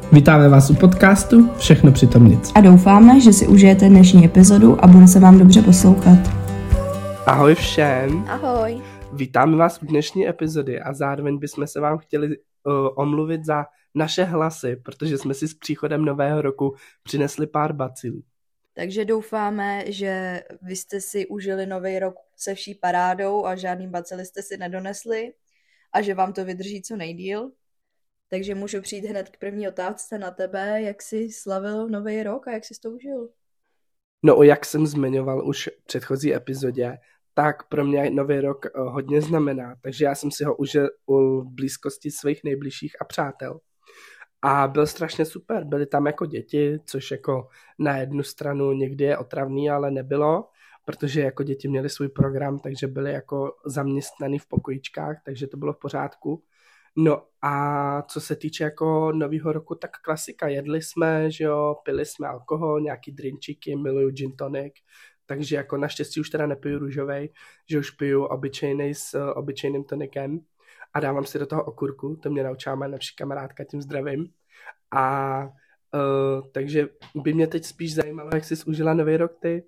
Vítáme vás u podcastu Všechno přitom nic. A doufáme, že si užijete dnešní epizodu a bude se vám dobře poslouchat. Ahoj všem. Ahoj. Vítáme vás u dnešní epizody a zároveň bychom se vám chtěli omluvit za naše hlasy, protože jsme si s příchodem nového roku přinesli pár bacilů. Takže doufáme, že vy jste si užili nový rok se vší parádou a žádný bacily jste si nedonesli a že vám to vydrží co nejdýl. Takže můžu přijít hned k první otázce na tebe, jak jsi slavil nový rok a jak jsi to užil? No, jak jsem zmiňoval už v předchozí epizodě, tak pro mě nový rok hodně znamená, takže já jsem si ho užil u blízkosti svých nejbližších a přátel. A byl strašně super, byli tam jako děti, což jako na jednu stranu někdy je otravný, ale nebylo, protože jako děti měli svůj program, takže byli jako zaměstnaný v pokojičkách, takže to bylo v pořádku. No a co se týče jako novýho roku, tak klasika, jedli jsme, že jo, pili jsme alkohol, nějaký drinčíky, miluju gin tonic, takže jako naštěstí už teda nepiju růžovej, že už piju obyčejnej s obyčejným tonikem a dávám si do toho okurku, to mě naučila moje nejlepší kamarádka, tím zdravím. A takže by mě teď spíš zajímalo, jak jsi užila nový rok ty?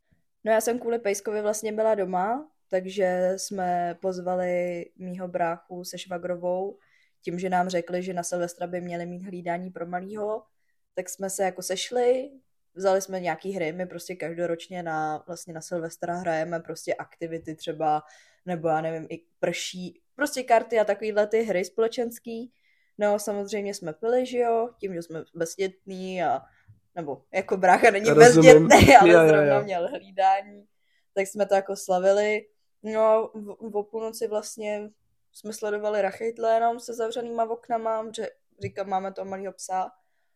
No já jsem kvůli Pejskovi vlastně byla doma, takže jsme pozvali mýho bráchu se švagrovou, tím, že nám řekli, že na Silvestra by měli mít hlídání pro malýho, tak jsme se jako sešli, vzali jsme nějaký hry, my prostě každoročně na Silvestra hrajeme prostě aktivity třeba, nebo já nevím, i prší, prostě karty a takovýhle ty hry společenský. No samozřejmě jsme pili, že jo, tím, že jsme bezdětní nebo jako brácha není bezdětný, ale zrovna měl hlídání, tak jsme to jako slavili. No o půlnoci vlastně jsme sledovali Rachejtle jenom se zavřenýma oknama, že říkám, máme toho malýho psa.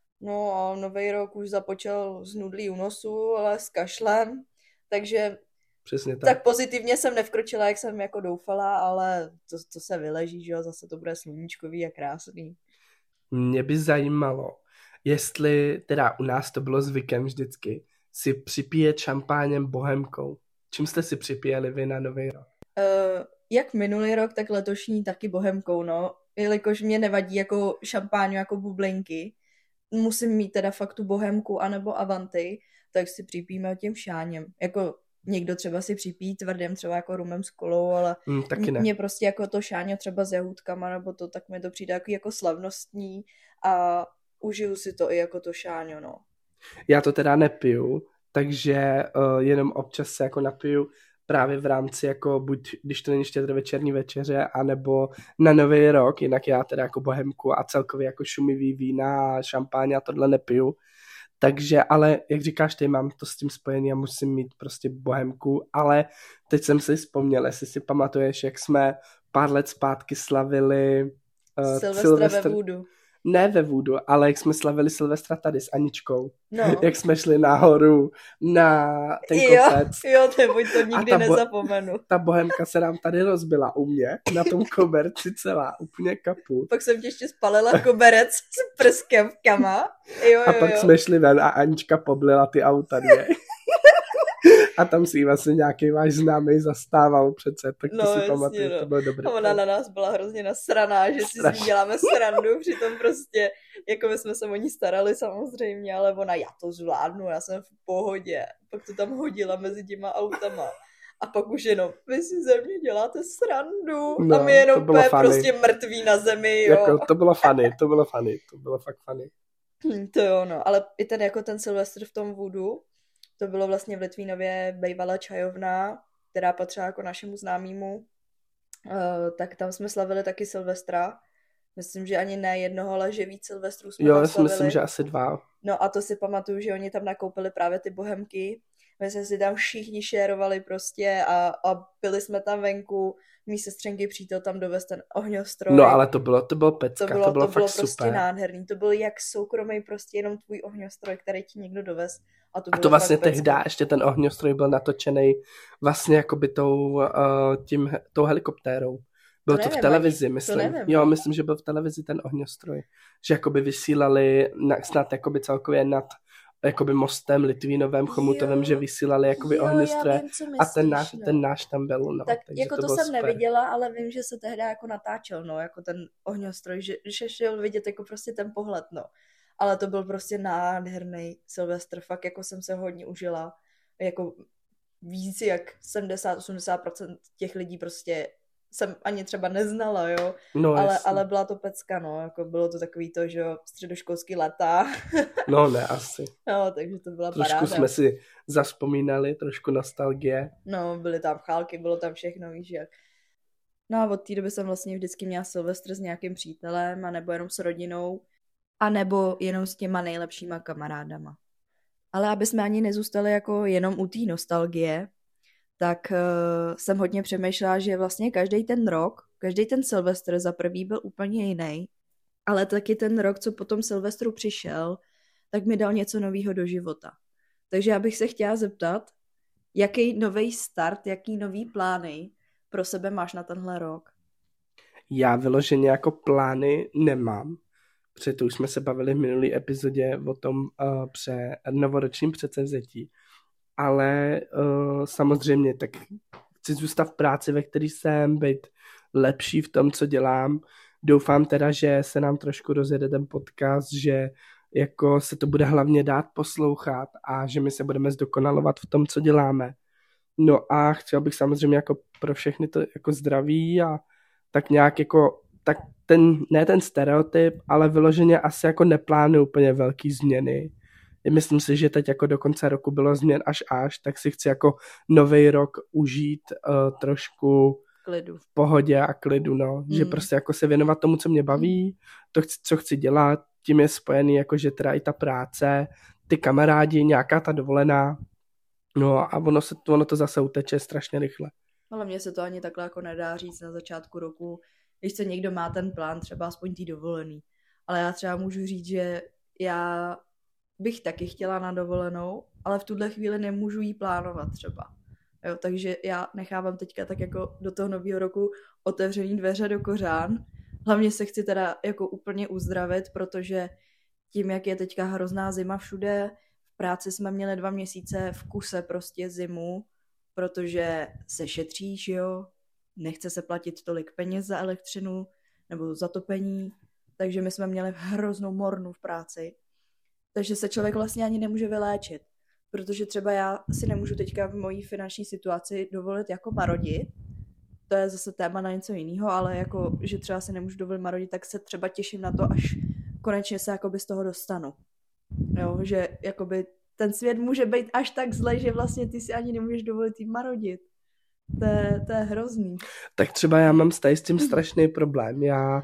No a nový rok už započal z nudlí u nosu, ale s kašlem, takže přesně tak pozitivně jsem nevkročila, jak jsem jako doufala, ale to se vyleží, že jo, zase to bude sluníčkový a krásný. Mě by zajímalo, jestli teda u nás to bylo zvykem vždycky, si připíjet šampáněm bohemkou. Čím jste si připíjeli vy na nový rok? Jak minulý rok, tak letošní taky bohemkou, no. Jelikož mě nevadí jako šampáň, jako bublinky, musím mít teda fakt tu bohemku anebo avanty, tak si připijíme tím šáněm. Jako někdo třeba si připíjí tvrdým, třeba jako rumem s kolou, ale mě prostě jako to šáně třeba s jahůdkama, nebo to, tak mi to přijde jako slavnostní a užiju si to i jako to šáňo, no. Já to teda nepiju, takže jenom občas se jako napiju právě v rámci jako buď, když to není štědrovečerní večeře, anebo na nový rok, jinak já teda jako bohemku a celkově jako šumivý vína a šampáně a tohle nepiju. Takže, ale jak říkáš, ty mám to s tím spojený a musím mít prostě bohemku, ale teď jsem si vzpomněl, jestli si pamatuješ, jak jsme pár let zpátky slavili Silvestra ve Vůdu. Ne ve Vůdu, ale jak jsme slavili Silvestra tady s Aničkou. No. Jak jsme šli nahoru na ten kopec. Jo, to nikdy nezapomenu. Ta bohemka se nám tady rozbila u mě na tom koberci celá, úplně kaput. Pak jsem ti ještě spalila koberec s prskavkama. Jo. A pak jsme šli ven a Anička poblila ty auta dvě. A tam si vlastně nějaký váš známý zastával přece, tak to si pamatuju, to bylo dobré. A ona na nás byla hrozně nasraná, že si s ní děláme srandu, přitom prostě, jako my jsme se o ní starali samozřejmě, ale ona, já to zvládnu, já jsem v pohodě. Pak to tam hodila mezi těma autama. A pak už jenom, vy si ze mě děláte srandu. No, a my jenom prostě mrtví na zemi, jo. Jako, to bylo fakt funny. To jo, no, ale i ten Silvestr v tom Voodu, to bylo vlastně v Litvínově bývalá čajovna, která patřila jako našemu známému, tak tam jsme slavili taky Silvestra. Myslím, že ani ne jednoho, ale že víc Silvestrů jsme tam slavili. Myslím, že asi 2. No a to si pamatuju, že oni tam nakoupili právě ty bohemky. My jsme si tam všichni šérovali prostě a byli jsme tam venku. Mí sestřenky přítel tam dovez ten ohňostroj. No ale to bylo pecka, to bylo fakt prostě super. Nádherný. To byl jak soukromý prostě jenom tvůj ohňostroj, který ti někdo dovez. A to vlastně tehdy ještě ten ohňostroj byl natočený vlastně jakoby tou helikoptérou. Bylo to v televizi, myslím. Jo, myslím, že byl v televizi ten ohňostroj. Že jakoby vysílali snad jakoby celkově nad jakoby mostem Litvínovém, Chomutovém, že vysílali jakoby ohňostroje a ten náš tam byl. No, tak jako to jsem super. Neviděla, ale vím, že se tehdy jako natáčel, no, jako ten ohňostroj, že šel vidět jako prostě ten pohled, no. ale to byl prostě nádherný Silvestr, fakt jako jsem se hodně užila, jako víc jak 70-80% těch lidí prostě jsem ani třeba neznala, jo, No, ale byla to pecka, no, jako bylo to takový to, že jo, středoškolský leta. No ne, asi. No, takže to byla Trošku paráda. jsme si zavzpomínali, trošku nostalgie. No, byly tam chálky, bylo tam všechno, víš jak. No a od té doby jsem vlastně vždycky měla Silvestr s nějakým přítelem, anebo jenom s rodinou, anebo jenom s těma nejlepšíma kamarádama. Ale aby jsme ani nezůstali jako jenom u té nostalgie, tak jsem hodně přemýšlela, že vlastně každý ten rok, každý ten Silvestr za prvý byl úplně jiný, ale taky ten rok, co po tom Silvestru přišel, tak mi dal něco nového do života. Takže já bych se chtěla zeptat, jaký nový start, jaký nový plány pro sebe máš na tenhle rok? Já vyloženě jako plány nemám. Protože už jsme se bavili v minulý epizodě o tom novoročním předsevzetí. Ale samozřejmě tak chci zůstat v práci, ve které jsem, být lepší v tom, co dělám. Doufám teda, že se nám trošku rozjede ten podcast, že jako se to bude hlavně dát poslouchat a že my se budeme zdokonalovat v tom, co děláme. No a chtěl bych samozřejmě jako pro všechny to jako zdraví a tak nějak jako tak ne ten stereotyp, ale vyloženě asi jako neplánuju úplně velký změny. Myslím si, že teď jako do konce roku bylo změn až, tak si chci jako nový rok užít trošku klidu. V pohodě a klidu, no. Že prostě jako se věnovat tomu, co mě baví, co chci dělat, tím je spojený jako, že teda i ta práce, ty kamarádi, nějaká ta dovolená, no a ono to zase uteče strašně rychle. Ale mně se to ani takhle jako nedá říct na začátku roku, když se někdo má ten plán, třeba aspoň tý dovolený. Ale já třeba můžu říct, že já bych taky chtěla na dovolenou, ale v tuhle chvíli nemůžu jí plánovat třeba. Jo, takže já nechávám teďka tak jako do toho nového roku otevřený dveře do kořán. Hlavně se chci teda jako úplně uzdravit, protože tím, jak je teďka hrozná zima všude, v práci jsme měli 2 měsíce v kuse prostě zimu, protože se šetříš, jo, nechce se platit tolik peněz za elektřinu nebo za topení, takže my jsme měli hroznou mornu v práci. Takže se člověk vlastně ani nemůže vyléčit, protože třeba já si nemůžu teďka v mojí finanční situaci dovolit jako marodit, to je zase téma na něco jiného, ale jako, že třeba si nemůžu dovolit marodit, tak se třeba těším na to, až konečně se jakoby z toho dostanu. Jo, že jakoby ten svět může být až tak zlej, že vlastně ty si ani nemůžeš dovolit jít marodit. To je hrozný. Tak třeba já mám s tím strašný problém. Já,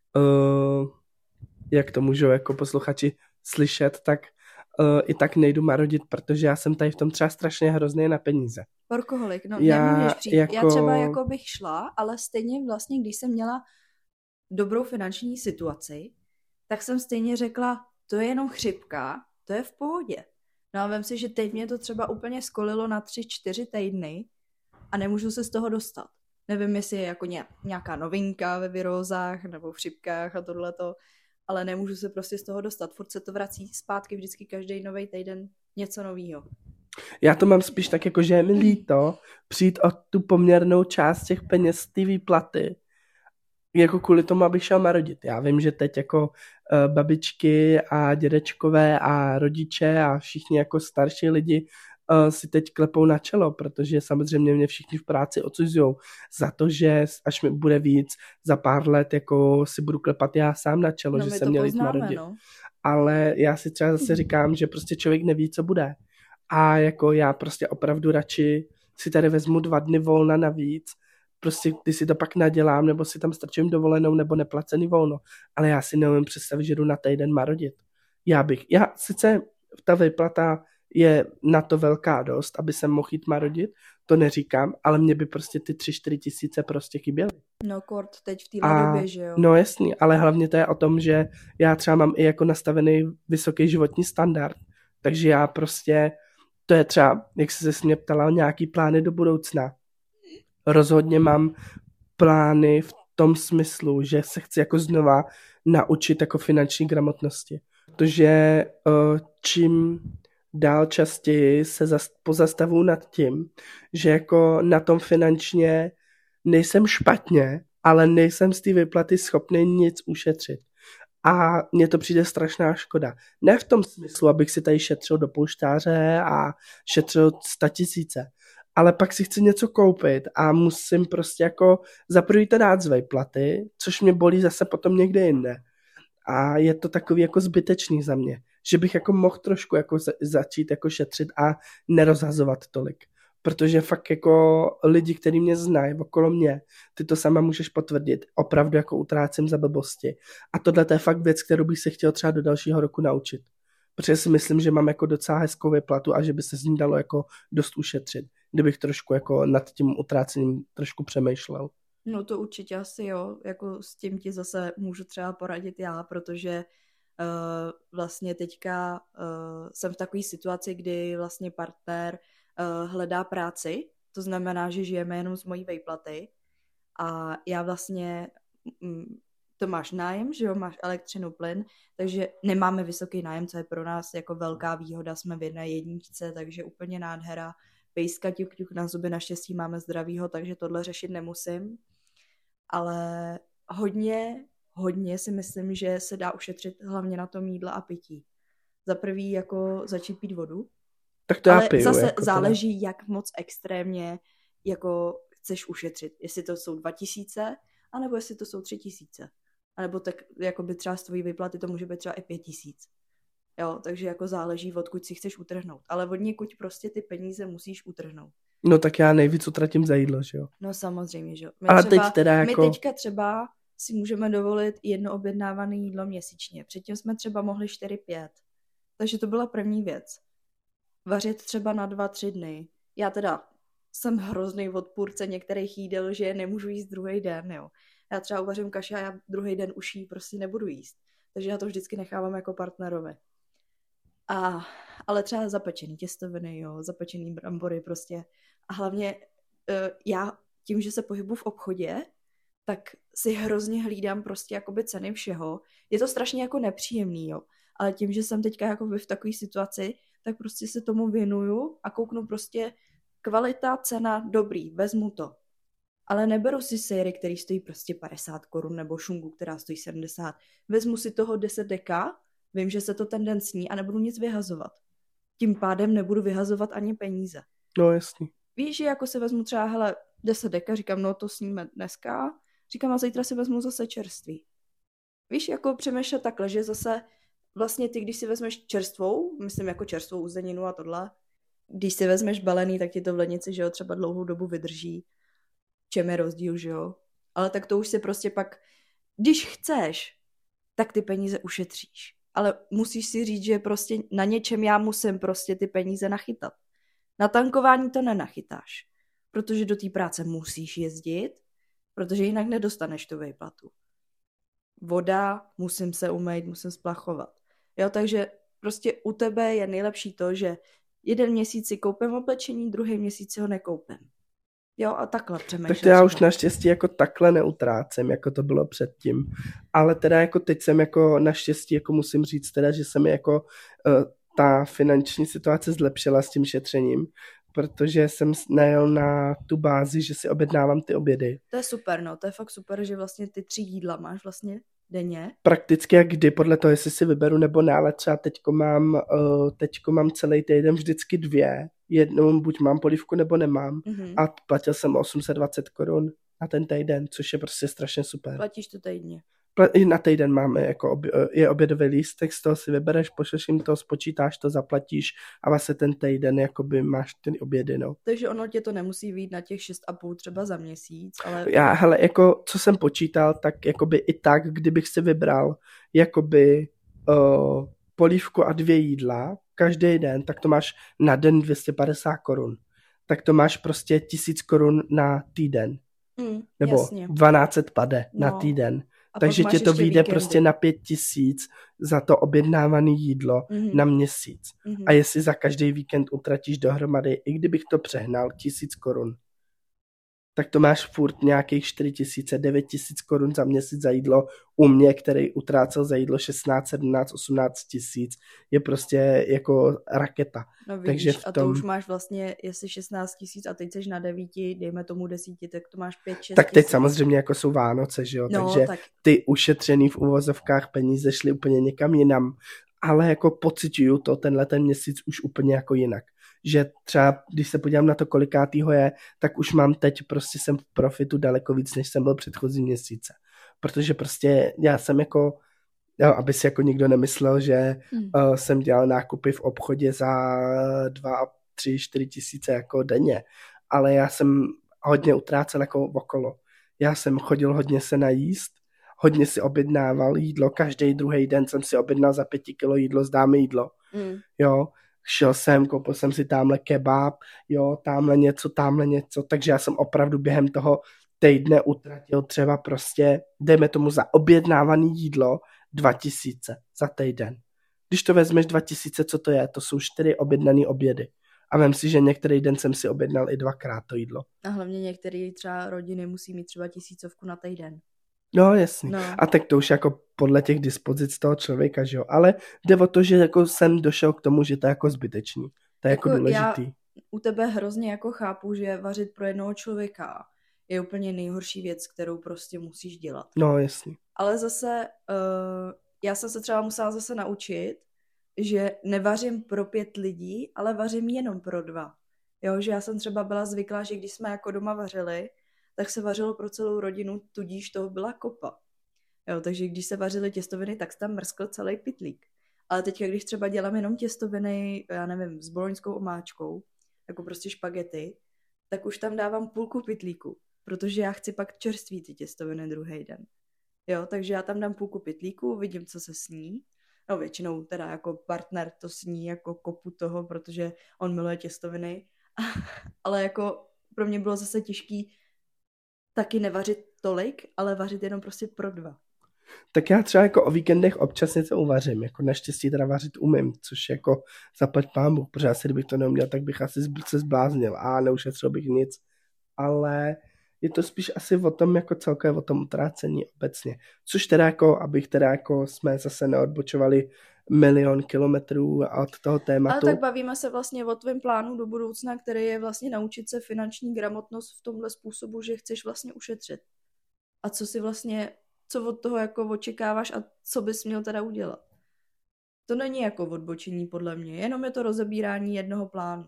jak to můžou jako posluchači slyšet, tak i tak nejdu marodit, protože já jsem tady v tom třeba strašně hrozný na peníze. Workoholik, no nemůžeš přijít. Jako... Já třeba jako bych šla, ale stejně vlastně, když jsem měla dobrou finanční situaci, tak jsem stejně řekla, to je jenom chřipka, to je v pohodě. No a vem si, že teď mě to třeba úplně skolilo na 3-4 týdny a nemůžu se z toho dostat. Nevím, jestli je jako nějaká novinka ve virózách nebo v chřipkách a tohleto, ale nemůžu se prostě z toho dostat. Furt se to vrací zpátky vždycky každý nový týden něco novýho. Já to mám spíš tak jako, že je mi líto přijít o tu poměrnou část těch peněz z té výplaty, jako kvůli tomu, abych šel marodit. Já vím, že teď jako babičky a dědečkové a rodiče a všichni jako starší lidi si teď klepou na čelo, protože samozřejmě mě všichni v práci odsuzujou za to, že až mi bude víc za pár let, jako si budu klepat já sám na čelo, že jsem měl jít marodit. No. Ale já si třeba zase říkám, že prostě člověk neví, co bude. A jako já prostě opravdu radši si tady vezmu 2 dny volna navíc, prostě když si to pak nadělám, nebo si tam strčím dovolenou, nebo neplacený volno. Ale já si neumím představit, že jdu na týden marodit. Já sice ta výplata je na to velká dost, aby jsem mohl jít marodit, to neříkám, ale mě by prostě ty 3-4 tisíce prostě chyběly. No kort teď v téhle době, že jo? No jasný, ale hlavně to je o tom, že já třeba mám i jako nastavený vysoký životní standard, takže já prostě, to je třeba, jak jsi se mě ptala, nějaký plány do budoucna. Rozhodně mám plány v tom smyslu, že se chci jako znova naučit jako finanční gramotnosti, protože čím dál častěji se pozastavuju nad tím, že jako na tom finančně nejsem špatně, ale nejsem z té výplaty schopný nic ušetřit. A mně to přijde strašná škoda. Ne v tom smyslu, abych si tady šetřil do polštáře a šetřil 100 000, ale pak si chci něco koupit a musím prostě jako za prvý to dát z vejplaty, což mě bolí zase potom někde jinde. A je to takový jako zbytečný za mě, že bych jako mohl trošku jako začít jako šetřit a nerozhazovat tolik. Protože fakt jako lidi, kteří mě znají okolo mě, ty to sama můžeš potvrdit, opravdu jako utrácím za blbosti. A tohle je fakt věc, kterou bych se chtěl třeba do dalšího roku naučit. Protože si myslím, že mám jako docela hezkou výplatu a že by se z ní dalo jako dost ušetřit, kdybych trošku jako nad tím utrácením trošku přemýšlel. No to určitě asi jo, jako s tím ti zase můžu třeba poradit já, protože vlastně teďka jsem v takové situaci, kdy vlastně partner hledá práci, to znamená, že žijeme jenom z mojí výplaty a já vlastně, to máš nájem, že jo, máš elektřinu, plyn, takže nemáme vysoký nájem, co je pro nás jako velká výhoda, jsme v 1/1, takže úplně nádhera, pejska ťuk na zuby, naštěstí máme zdravýho, takže tohle řešit nemusím, ale hodně si myslím, že se dá ušetřit hlavně na tom jídla a pití. Za prvý jako začít pít vodu, tak to ale já piju, zase jako záleží, jak moc extrémně jako chceš ušetřit. Jestli to jsou 2000, anebo jestli to jsou 3000. A nebo tak jako by třeba z tvojí výplaty to může být třeba i 5000. Jo, takže jako záleží, odkud si chceš utrhnout. Ale od někud prostě ty peníze musíš utrhnout. No tak já nejvíc utratím za jídlo, že jo? No samozřejmě, že jo. Ale teď teda jako... My teďka třeba si můžeme dovolit jedno objednávané jídlo měsíčně. Předtím jsme třeba mohli 4-5. Takže to byla první věc. Vařit třeba na 2-3 dny. Já teda jsem hrozný odpůrce některých jídel, že je nemůžu jíst druhý den, jo. Já třeba uvařím kaši a já druhý den už ji prostě nebudu jíst. Takže já to vždycky nechávám jako partnerovi. Ale třeba zapečený těstoviny, jo, zapečený brambory prostě. A hlavně já tím, že se pohybuji v obchodě, tak si hrozně hlídám prostě jakoby ceny všeho. Je to strašně jako nepříjemný, jo. Ale tím, že jsem teďka jakoby v takové situaci, tak prostě se tomu věnuju a kouknu prostě kvalita, cena, dobrý, vezmu to. Ale neberu si sejry, který stojí prostě 50 korun nebo šungu, která stojí 70. Vezmu si toho 10 deka, vím, že se to ten den sní a nebudu nic vyhazovat. Tím pádem nebudu vyhazovat ani peníze. No jasný. Víš, že jako si vezmu třeba, hele, 10 deka, říkám, no to sníme dneska, říkám a zítra si vezmu zase čerství. Víš, jako přemýšlet takhle, že zase vlastně ty, když si vezmeš čerstvou, myslím jako čerstvou uzeninu a tohle, když si vezmeš balený, tak ti to v lednici, že jo, třeba dlouhou dobu vydrží. Čem je rozdíl, že jo? Ale tak to už si prostě pak, když chceš, tak ty peníze ušetříš. Ale musíš si říct, že prostě na něčem já musím prostě ty peníze nachytat. Na tankování to nenachytáš, protože do té práce musíš jezdit, protože jinak nedostaneš tu výplatu. Voda, musím se umýt, musím splachovat. Jo, takže prostě u tebe je nejlepší to, že jeden měsíc si koupím oblečení, druhý měsíc si ho nekoupím. Jo, a takhle přemýšlím. Tak to já už naštěstí jako takhle neutrácím, jako to bylo předtím. Ale teda jako teď jsem jako naštěstí, jako musím říct teda, že se mi jako ta finanční situace zlepšila s tím šetřením, protože jsem najel na tu bázi, že si objednávám ty obědy. To je super, no, to je fakt super, že vlastně ty 3 jídla máš vlastně denně. Prakticky jak kdy, podle toho, jestli si vyberu nebo ne, ale třeba teďko mám celý týden vždycky 2. Jednou buď mám polívku, nebo nemám. Mm-hmm. A platil jsem 820 korun na ten týden, což je prostě strašně super. Platíš to týdně? Na týden máme, jako je obědový lístek, z toho si vybereš, pošleš jim to, spočítáš to, zaplatíš a vlastně ten týden jakoby máš ty obědy, no. Takže ono tě to nemusí vyjít na těch 6,5 třeba za měsíc, ale... Já, hele, jako, co jsem počítal, tak jakoby i tak, kdybych si vybral jakoby polívku a 2 jídla každý den, tak to máš na den 250 korun. Tak to máš prostě 1000 korun na týden. Nebo jasně. 1200 pade na týden. A takže tě to vyjde prostě na 5000 za to objednávané jídlo na měsíc. A jestli za každý víkend utratíš dohromady, i kdybych to přehnal, 1000 korun. tak to máš furt nějakých 4 000, 9 000 korun za měsíc za jídlo. U mě, který utrácel za jídlo 16, 17, 18 tisíc, je prostě jako raketa. No vidíš, takže a to už máš vlastně, jestli 16 000 a teď seš na 9, dejme tomu 10, tak to máš 5, 6 Tak teď samozřejmě jako jsou Vánoce, že jo, no, takže tak ty ušetřený v uvozovkách peníze šly úplně někam jinam, ale jako pociťuju to tenhle ten měsíc už úplně jako jinak. Že třeba, když se podívám na to, kolikátýho je, tak už mám teď, prostě jsem v profitu daleko víc, než jsem byl předchozí měsíce. Protože prostě já jsem jako, jo, aby si jako nikdo nemyslel, že jsem dělal nákupy v obchodě za 2, 3, 4 tisíce jako denně, ale já jsem hodně utrácel jako okolo. Já jsem chodil hodně se najíst, hodně si objednával jídlo, každý druhý den jsem si objednal za 5 kilo jídlo, zdáme jídlo. Jo, šel jsem, koupil jsem si tamhle kebab, jo, tamhle něco, takže já jsem opravdu během toho týdne utratil třeba prostě, dejme tomu za objednávaný jídlo 2000 za týden. Když to vezmeš 2000, co to je? To jsou 4 objednaný obědy. A vem si, že některý den jsem si objednal i 2krát to jídlo. A hlavně některé třeba rodiny musí mít třeba 1000 na týden. No, jasně. No. A tak to už jako podle těch dispozic toho člověka, že jo. Ale jde o to, že jako jsem došel k tomu, že to je jako zbytečný. To je jako důležitý. Já u tebe hrozně jako chápu, že vařit pro jednoho člověka je úplně nejhorší věc, kterou prostě musíš dělat. No, jasně. Ale zase já jsem se třeba musela zase naučit, že nevařím pro 5 lidí, ale vařím jenom pro 2. Jo, že já jsem třeba byla zvyklá, že když jsme jako doma vařili, tak se vařilo pro celou rodinu, tudíž toho byla kopa. Jo, takže když se vařily těstoviny, tak se tam mrskl celý pytlík. Ale teďka, když třeba dělám jenom těstoviny, já nevím, s boloňskou omáčkou, jako prostě špagety, tak už tam dávám půlku pytlíku, protože já chci pak čerství ty těstoviny druhý den. Jo, takže já tam dám půlku pytlíku, vidím, co se sní. No většinou teda jako partner to sní jako kopu toho, protože on miluje těstoviny. Ale jako pro mě bylo zase těžký taky nevařit tolik, ale vařit jenom prostě pro 2. Tak já třeba jako o víkendech občas něco uvařím, jako naštěstí teda vařit umím, což jako zaplať pámu, protože asi kdybych to neuměl, tak bych asi se zbláznil a neušetřil bych nic, ale je to spíš asi o tom jako celkově o tom utrácení obecně, což teda jako, abych teda jako jsme zase neodbočovali 1 000 000 kilometrů od toho tématu. Ale tak bavíme se vlastně o tvém plánu do budoucna, který je vlastně naučit se finanční gramotnost v tomhle způsobu, že chceš vlastně ušetřit. A co si vlastně, co od toho jako očekáváš a co bys měl teda udělat. To není jako odbočení podle mě, jenom je to rozebírání jednoho plánu.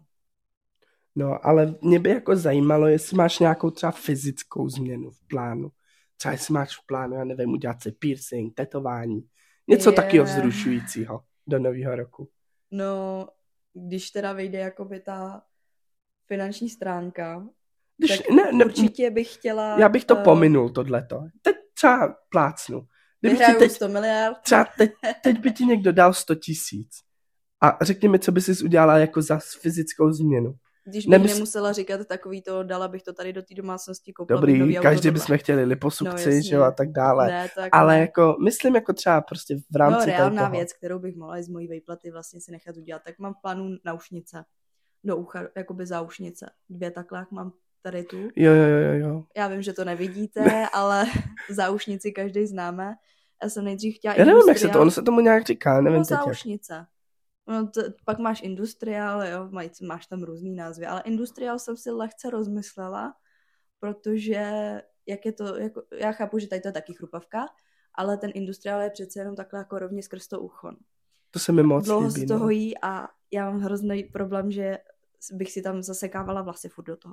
No, ale mě by jako zajímalo, jestli máš nějakou třeba fyzickou změnu v plánu. Třeba jestli máš v plánu, já nevím, udělat si piercing, tetování, něco takového vzrušujícího do nového roku. No, když teda vyjde jakoby ta finanční stránka, tak určitě bych chtěla... Já bych to pominul, tohleto. Teď třeba plácnu. Vyhraju 100 miliard. Třeba teď by ti někdo dal 100 000. A řekni mi, co by jsi udělala jako za fyzickou změnu. Když bych nemusela říkat takový to, dala bych to tady do té domácnosti, koupila dobrý, bych nový auto. Každý bychom chtěli liposukci, že jo, a tak dále. Ne, tak ale ne. Jako, myslím jako třeba prostě v rámci toho. No, reálná věc, kterou bych mohla z mojí výplaty vlastně si nechat udělat, tak mám v plánu náušnice. Do ucha, jakoby záušnice. 2 takhle, jak mám tady tu. Jo. Já vím, že to nevidíte, ale záušnici každý známe. Já jsem nejdřív chtěla Já nevím, jak se to, ono se tomu nějak říká, nevím teď. Záušnice. No, pak máš industriál, jo, máš tam různý názvy, ale industriál jsem si lehce rozmyslela, protože jak je to, jako, já chápu, že tady to je taky chrupavka, ale ten industriál je přece jenom takhle jako rovně skrz to ucho. To se mi moc dlouho líbí. Z toho jí a já mám hrozný problém, že bych si tam zasekávala vlasy furt do toho.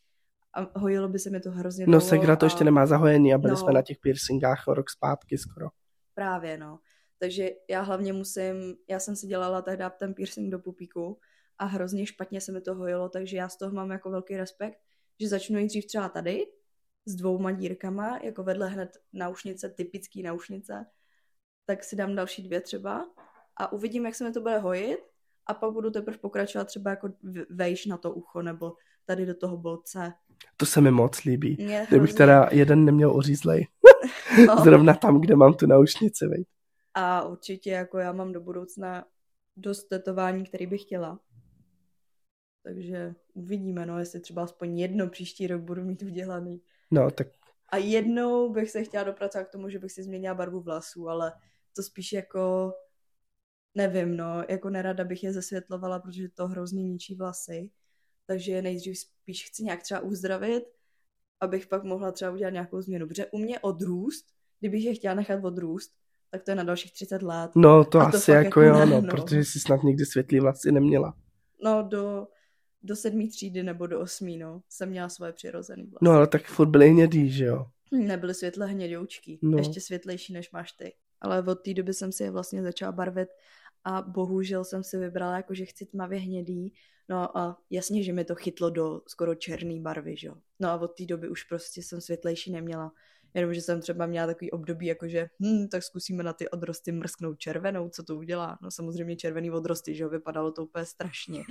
A hojilo by se mi to hrozně dlouho. No, segra to ještě nemá zahojení a byli jsme na těch piercingách rok zpátky skoro. Právě, no. Takže já hlavně já jsem si dělala tehdy ten piercing do pupíku a hrozně špatně se mi to hojilo, takže já z toho mám jako velký respekt, že začnu nejdřív třeba tady s 2 dírkama, jako vedle hned náušnice, typický náušnice, tak si dám další 2 třeba a uvidím, jak se mi to bude hojit a pak budu teprve pokračovat třeba jako vejš na to ucho nebo tady do toho bolce. To se mi moc líbí. Kdybych teda jeden neměl ořízlej. No. Zrovna tam, kde mám tu náušnici, veď. A určitě jako já mám do budoucna dost tetování, který bych chtěla. Takže uvidíme, no, jestli třeba aspoň jedno příští rok budu mít udělaný. No, tak... A jednou bych se chtěla dopracovat k tomu, že bych si změnila barvu vlasů, ale to spíš jako, nevím, no, jako nerada bych je zesvětlovala, protože to hrozně ničí vlasy. Takže nejdřív spíš chci nějak třeba uzdravit, abych pak mohla třeba udělat nějakou změnu. Protože u mě odrůst, kdybych je chtěla nechat odrůst, tak to je na dalších 30 let. No, to asi jako jo, ne, no, protože jsi snad nikdy světlý vlasy neměla. No, do 7. třídy nebo do 8. no, jsem měla svoje přirozený vlasy. No, ale tak furt byly hnědý, že jo? Nebyly světle hnědoučky, no. Ještě světlejší, než máš ty. Ale od té doby jsem si je vlastně začala barvit a bohužel jsem si vybrala, jako že chci tmavě hnědý. No a jasně, že mi to chytlo do skoro černý barvy, že jo. No a od té doby už prostě jsem světlejší neměla. Jenomže jsem třeba měla takový období, jakože tak zkusíme na ty odrosty mrsknout červenou, co to udělá. No samozřejmě červený odrosty, že jo, vypadalo to úplně strašně.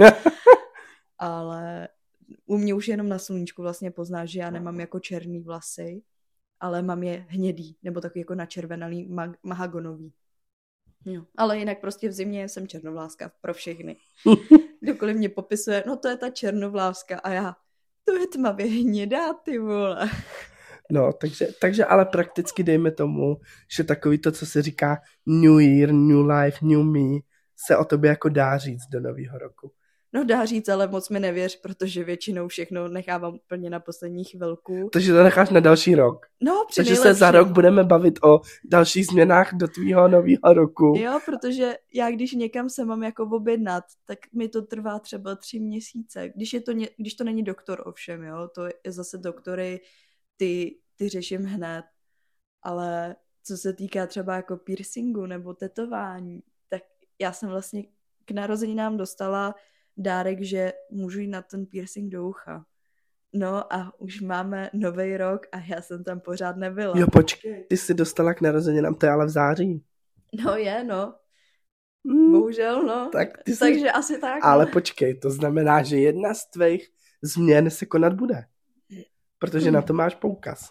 Ale u mě už jenom na sluníčku vlastně poznáš, že já nemám jako černý vlasy, ale mám je hnědý, nebo takový jako načervenalý, mahagonový. Jo. Ale jinak prostě v zimě jsem černovláska pro všechny. Kdokoliv mě popisuje, no to je ta černovláska a já, to je tmavě hnědá, ty vole. No, takže ale prakticky dejme tomu, že takový to, co se říká New Year, New Life, New Me, se o tobě jako dá říct do nového roku. No dá říct, ale moc mi nevěř, protože většinou všechno nechávám úplně na poslední chvilku. Takže to necháš na další rok. No, takže se za rok budeme bavit o dalších změnách do tvýho nového roku. Jo, protože já když někam se mám jako objednat, tak mi to trvá třeba 3 měsíce. Když to není doktor ovšem, jo, to je zase doktory, ty řeším hned. Ale co se týká třeba jako piercingu nebo tetování, tak já jsem vlastně k narozeninám dostala dárek, že můžu jít na ten piercing do ucha. No a už máme nový rok a já jsem tam pořád nebyla. Jo, počkej, ty jsi dostala k narozeninám, to je ale v září. No je, no. Bohužel, no. Takže asi tak. Ale počkej, to znamená, že jedna z tvých změn se konat bude. Protože na to máš poukaz.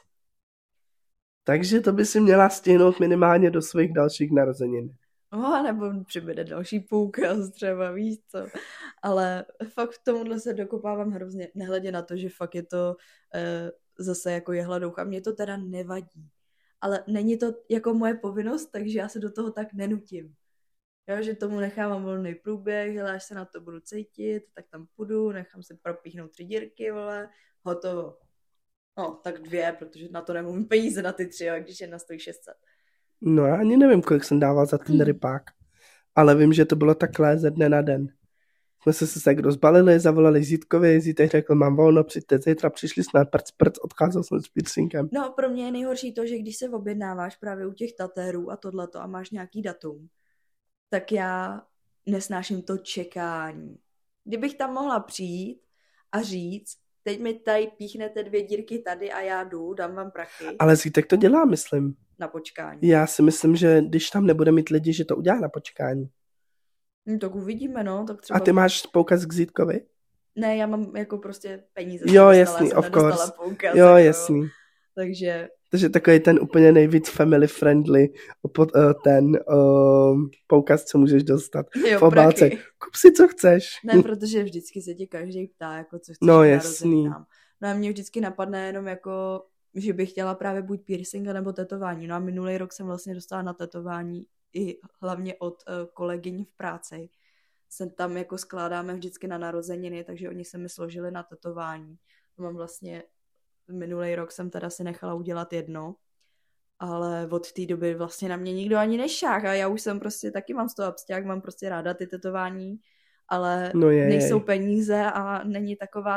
Takže to by si měla stihnout minimálně do svých dalších narozenin. No, nebo přibude další poukaz třeba, víš co. Ale fakt v tomuhle se dokopávám hrozně, nehledě na to, že fakt je to zase jako jehla doucha. Mně to teda nevadí. Ale není to jako moje povinnost, takže já se do toho tak nenutím. Jo, že tomu nechávám volný průběh, hele, až se na to budu cítit, tak tam půjdu, nechám si propíchnout 3 dírky, vole, hotovo. No, tak 2, protože na to nemám peníze na ty 3, jo, když jedna stojí 600. No já ani nevím, kolik jsem dával za ten rypák. Ale vím, že to bylo takhle ze dne na den. Jsme se tak rozbalili, zavolali Zítkovi, Zítek řekl, mám volno, přijďte zítra, přišli jsme prc, odcházel jsem s piercingem. No pro mě je nejhorší to, že když se objednáváš právě u těch tatérů a tohleto a máš nějaký datum, tak já nesnáším to čekání. Kdybych tam mohla přijít a říct, teď mi tady píchnete 2 dírky tady a já jdu, dám vám prachy. Ale Zítek to dělá, myslím. Na počkání. Já si myslím, že když tam nebude mít lidi, že to udělá na počkání. Tak uvidíme, no. Tak třeba... A ty máš poukaz k Zítkovi? Ne, já mám jako prostě peníze. Jo, jasný, of course. Poukaz, jo, jasný. Takže takový ten úplně nejvíc family friendly ten poukaz, co můžeš dostat v obálce. Kup si, co chceš. Ne, protože vždycky se tě každý ptá, jako co chceš. No, jasný. No a mě vždycky napadne jenom jako, že bych chtěla právě buď piercing nebo tetování. No a minulý rok jsem vlastně dostala na tetování i hlavně od kolegyň v práci. Se tam jako skládáme vždycky na narozeniny, takže oni se mi složili na tetování. Mám vlastně minulý rok jsem teda si nechala udělat 1, ale od té doby vlastně na mě nikdo ani nešáh a já už jsem prostě taky mám z toho absťák, mám prostě ráda ty tetování, ale nejsou peníze a není taková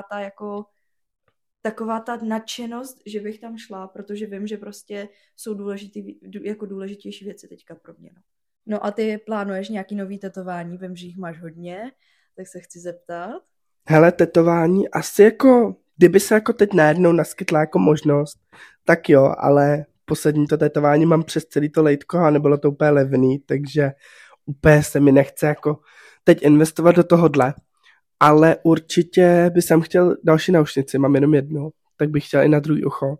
ta nadšenost, že bych tam šla, protože vím, že prostě jsou důležitější věci teďka pro mě. No a ty plánuješ nějaký nový tetování, vím, že jich máš hodně, tak se chci zeptat. Hele, tetování asi jako, kdyby se jako teď najednou naskytla jako možnost, tak jo, ale poslední to tetování mám přes celý to lejtko a nebylo to úplně levný, takže úplně se mi nechce jako teď investovat do tohodle. Ale určitě by jsem chtěl další náušnici, mám jenom 1, tak bych chtěl i na druhý ucho.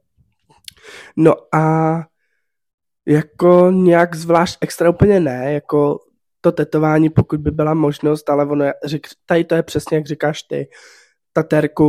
No a jako nějak zvlášť extra úplně ne, jako to tetování, pokud by byla možnost, ale ono, tady to je přesně, jak říkáš ty, ta terku,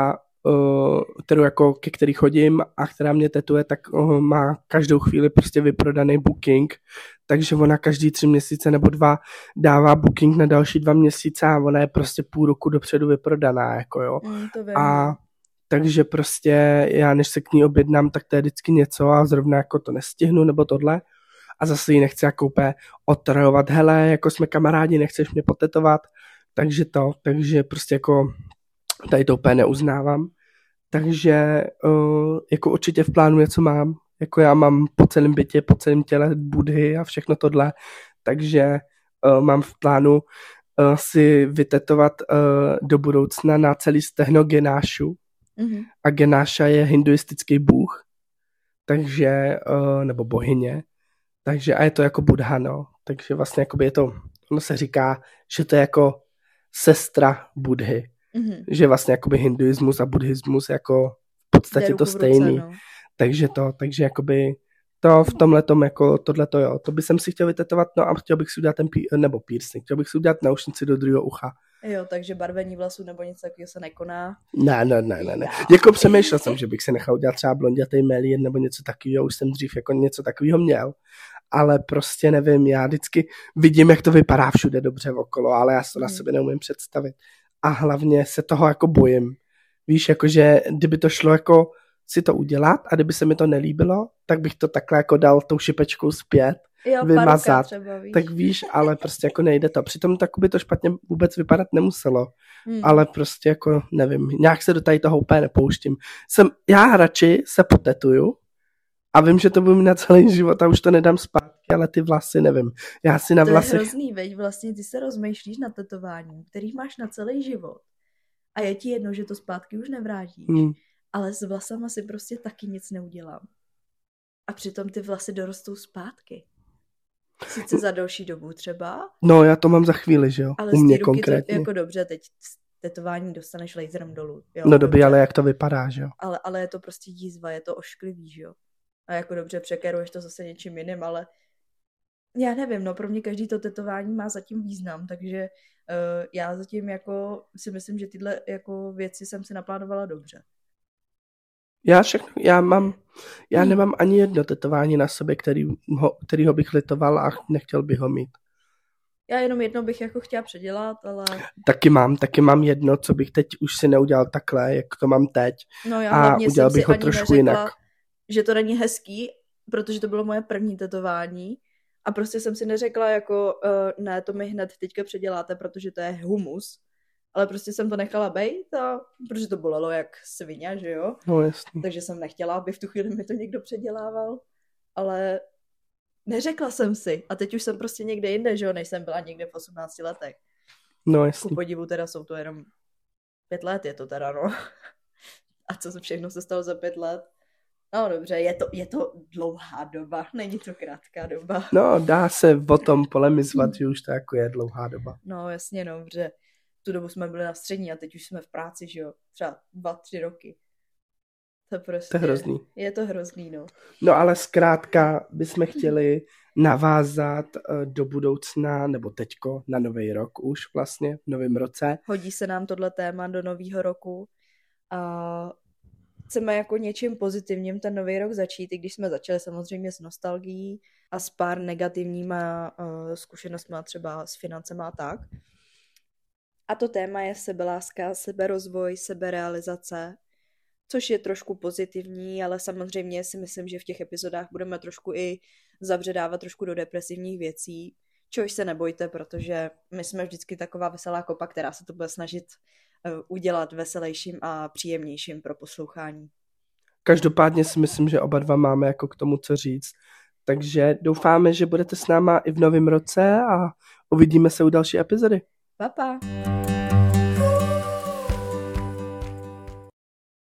kterou jako, ke který chodím a která mě tetuje, tak má každou chvíli prostě vyprodaný booking, takže ona každý 3 měsíce nebo 2 dává booking na další 2 měsíce a ona je prostě půl roku dopředu vyprodaná, jako jo. A takže prostě já, než se k ní objednám, tak to je vždycky něco a zrovna jako to nestihnu nebo tohle. A zase ji nechci jako úplně otrhovat, hele, jako jsme kamarádi, nechceš mě potetovat, takže prostě jako tady to úplně neuznávám. Takže jako určitě v plánu něco mám, jako já mám po celém bytě, po celém těle Budhy a všechno tohle, takže mám v plánu si vytetovat do budoucna na celý stehno Ganeshu. A Ganesha je hinduistický bůh, takže, nebo bohyně, takže a je to jako Buddha, no. Takže vlastně jakoby je to, ono se říká, že to je jako sestra Budhy. Že vlastně jakoby hinduismus a buddhismus jako v podstatě to stejný. No. Takže jakoby to v tomhletom jako tohleto jo. To by jsem si chtěl vytetovat, no a chtěl bych si udělat ten piercing. Chtěl bych si udělat náušnici do druhého ucha. Jo, takže barvení vlasů nebo něco takového se nekoná. Ne. Jako přemýšlel jsem, že bych si nechal udělat třeba blondětej melír nebo něco takového. Už jsem dřív jako něco takového měl. Ale prostě nevím, já vždycky vidím, jak to vypadá všude dobře okolo, ale já to na sebe neumím představit. A hlavně se toho jako bojím. Víš, jakože kdyby to šlo jako si to udělat a kdyby se mi to nelíbilo, tak bych to takhle jako dal tou šipečkou zpět, vymazat. Třeba, víš. Tak víš, ale prostě jako nejde to. Přitom tak by to špatně vůbec vypadat nemuselo. Ale prostě jako nevím, nějak se do tady toho úplně nepouštím. Já radši se potetuju a vím, že to budu mít na celý život a už to nedám zpátky, ale ty vlasy nevím. Já si na vlasech... To je hrozný, veď vlastně ty se rozmýšlíš na tetování, který máš na celý život. A je ti jedno, že to zpátky už nevrátíš. Ale s vlasama si prostě taky nic neudělám. A přitom ty vlasy dorostou zpátky. Sice za další dobu třeba. No, já to mám za chvíli, že jo? Ale u mě konkrétně. To, jako dobře, teď tetování dostaneš laserem dolů. Jo? No dobře, ale jak to vypadá, že jo? Ale je to prostě jízva, je to ošklivý, že jo? A jako dobře, překeruješ to zase něčím jiným, ale já nevím, no pro mě každý to tetování má zatím význam, takže já zatím jako si myslím, že tyhle jako věci jsem si naplánovala dobře. Já nemám ani jedno tetování na sobě, kterýho bych litoval a nechtěl bych ho mít. Já jenom jedno bych jako chtěla předělat, ale... Taky mám jedno, co bych teď už si neudělal takhle, jak to mám teď. No já a udělal bych ho trošku jinak. Že to není hezký, protože to bylo moje první tetování a prostě jsem si neřekla jako ne, to mi hned teďka předěláte, protože to je humus. Ale prostě jsem to nechala bejt, protože to bolelo jak svině, že jo? No jasný. Takže jsem nechtěla, aby v tu chvíli mi to někdo předělával. Ale neřekla jsem si. A teď už jsem prostě někde jinde, že jo? Než jsem byla někde v 18 letech. No jasný. Ku podivu teda jsou to jenom 5 let, je to teda, no. A co všechno se stalo za 5 let? No dobře, je to dlouhá doba, není to krátká doba. No, dá se o tom polemizovat, že už to jako je dlouhá doba. No jasně, no, protože tu dobu jsme byli na střední a teď už jsme v práci, že jo, třeba 2-3 roky. To prostě... To je hrozný. Je to hrozný, no. No ale zkrátka bychom chtěli navázat do budoucna, nebo teďko, na nový rok už vlastně, v novém roce. Hodí se nám tohle téma do nového roku a chceme jako něčím pozitivním ten nový rok začít, i když jsme začali samozřejmě s nostalgií a s pár negativníma zkušenostma třeba s financema a tak. A to téma je sebeláska, seberozvoj, seberealizace, což je trošku pozitivní, ale samozřejmě si myslím, že v těch epizodách budeme trošku i zabředávat trošku do depresivních věcí, čehož se nebojte, protože my jsme vždycky taková veselá kopa, která se to bude snažit udělat veselějším a příjemnějším pro poslouchání. Každopádně si myslím, že oba dva máme jako k tomu co říct. Takže doufáme, že budete s náma i v novém roce a uvidíme se u další epizody. Pa, pa.